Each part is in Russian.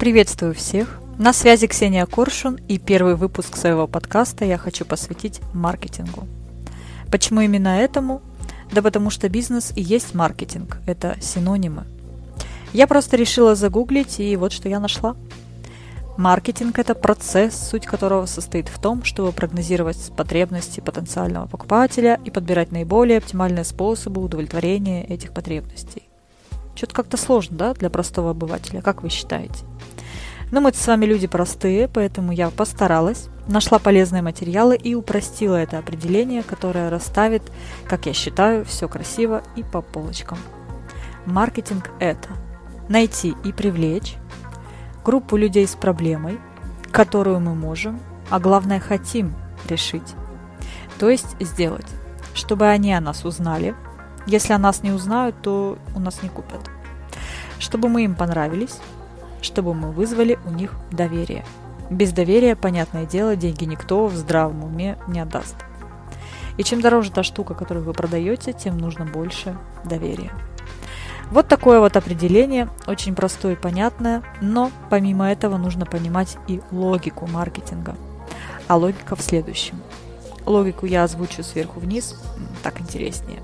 Приветствую всех! На связи Ксения Коршун, и первый выпуск своего подкаста я хочу посвятить маркетингу. Почему именно этому? Да потому что бизнес и есть маркетинг, это синонимы. Я просто решила загуглить, и вот что я нашла. Маркетинг – это процесс, суть которого состоит в том, чтобы прогнозировать потребности потенциального покупателя и подбирать наиболее оптимальные способы удовлетворения этих потребностей. Что-то как-то сложно, да, для простого обывателя, как вы считаете? Но мы-то с вами люди простые, поэтому я постаралась, нашла полезные материалы и упростила это определение, которое расставит, как я считаю, все красиво и по полочкам. Маркетинг – это найти и привлечь группу людей с проблемой, которую мы можем, а главное хотим решить. То есть сделать, чтобы они о нас узнали. Если о нас не узнают, то у нас не купят. Чтобы мы им понравились, чтобы мы вызвали у них доверие. Без доверия, понятное дело, деньги никто в здравом уме не отдаст. И чем дороже та штука, которую вы продаете, тем нужно больше доверия. Вот такое вот определение, очень простое и понятное, но помимо этого нужно понимать и логику маркетинга. А логика в следующем. Логику я озвучу сверху вниз, так интереснее.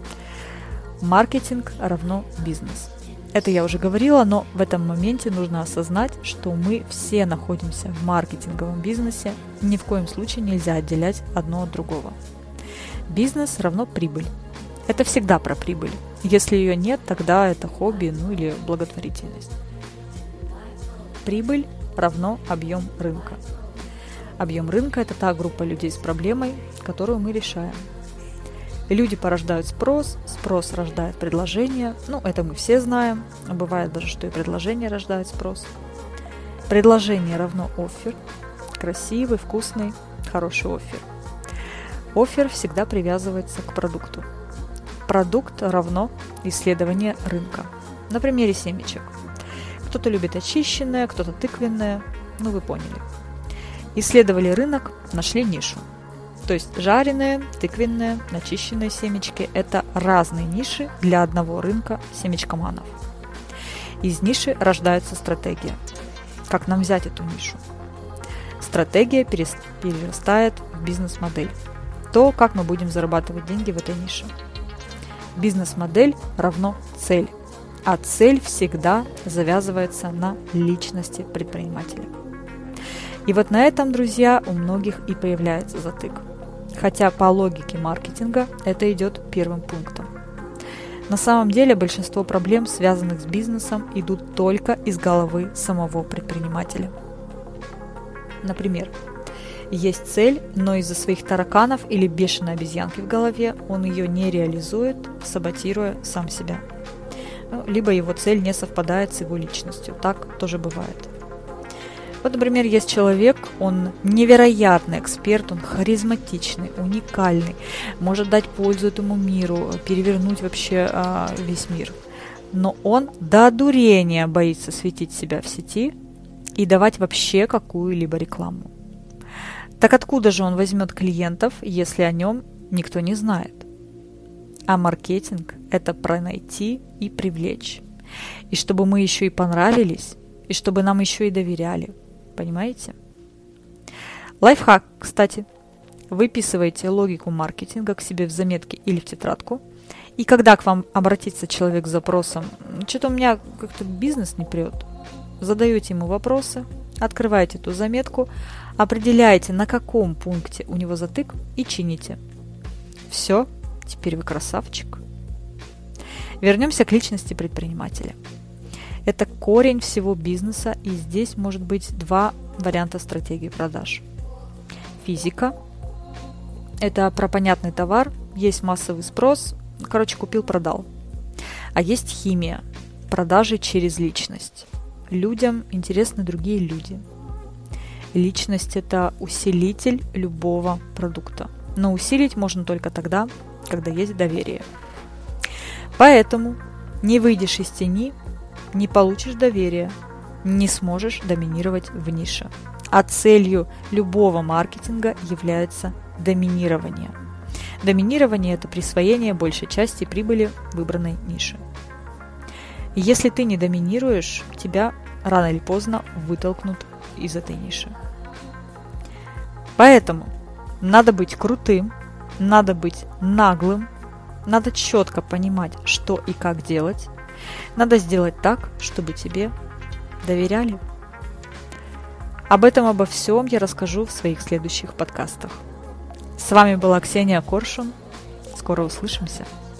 Маркетинг равно бизнес. Это я уже говорила, но в этом моменте нужно осознать, что мы все находимся в маркетинговом бизнесе, ни в коем случае нельзя отделять одно от другого. Бизнес равно прибыль. Это всегда про прибыль. Если ее нет, тогда это хобби, или благотворительность. Прибыль равно объем рынка. Объем рынка – это та группа людей с проблемой, которую мы решаем. Люди порождают спрос, спрос рождает предложение, это мы все знаем, а бывает даже, что и предложение рождает спрос. Предложение равно оффер, красивый, вкусный, хороший оффер. Оффер всегда привязывается к продукту. Продукт равно исследование рынка. На примере семечек. Кто-то любит очищенное, кто-то тыквенное, вы поняли. Исследовали рынок, нашли нишу. То есть жареные, тыквенные, начищенные семечки – это разные ниши для одного рынка семечкоманов. Из ниши рождается стратегия. Как нам взять эту нишу? Стратегия перерастает в бизнес-модель. То, как мы будем зарабатывать деньги в этой нише. Бизнес-модель равно цель, а цель всегда завязывается на личности предпринимателя. И вот на этом, друзья, у многих и появляется затык. Хотя по логике маркетинга это идет первым пунктом. На самом деле большинство проблем, связанных с бизнесом, идут только из головы самого предпринимателя. Например, есть цель, но из-за своих тараканов или бешеной обезьянки в голове он ее не реализует, саботируя сам себя. Либо его цель не совпадает с его личностью. Так тоже бывает. Вот, например, есть человек, он невероятный эксперт, он харизматичный, уникальный, может дать пользу этому миру, перевернуть вообще весь мир. Но он до одурения боится светить себя в сети и давать вообще какую-либо рекламу. Так откуда же он возьмет клиентов, если о нем никто не знает? А маркетинг – это про найти и привлечь. И чтобы мы еще и понравились, и чтобы нам еще и доверяли. Понимаете? Лайфхак, кстати. Выписывайте логику маркетинга к себе в заметке или в тетрадку. И когда к вам обратится человек с запросом «Что-то у меня как-то бизнес не прет», задаете ему вопросы, открываете эту заметку, определяете, на каком пункте у него затык и чините. Все, теперь вы красавчик. Вернемся к личности предпринимателя. Это корень всего бизнеса, и здесь может быть два варианта стратегии продаж. Физика – это про понятный товар, есть массовый спрос, купил-продал. А есть химия – продажи через личность. Людям интересны другие люди. Личность – это усилитель любого продукта. Но усилить можно только тогда, когда есть доверие. Поэтому не выйдешь из тени, не получишь доверия, не сможешь доминировать в нише. А целью любого маркетинга является доминирование. Доминирование – это присвоение большей части прибыли выбранной ниши. Если ты не доминируешь, тебя рано или поздно вытолкнут из этой ниши. Поэтому надо быть крутым, надо быть наглым, надо четко понимать, что и как делать. Надо сделать так, чтобы тебе доверяли. Об этом, обо всем я расскажу в своих следующих подкастах. С вами была Ксения Коршун. Скоро услышимся.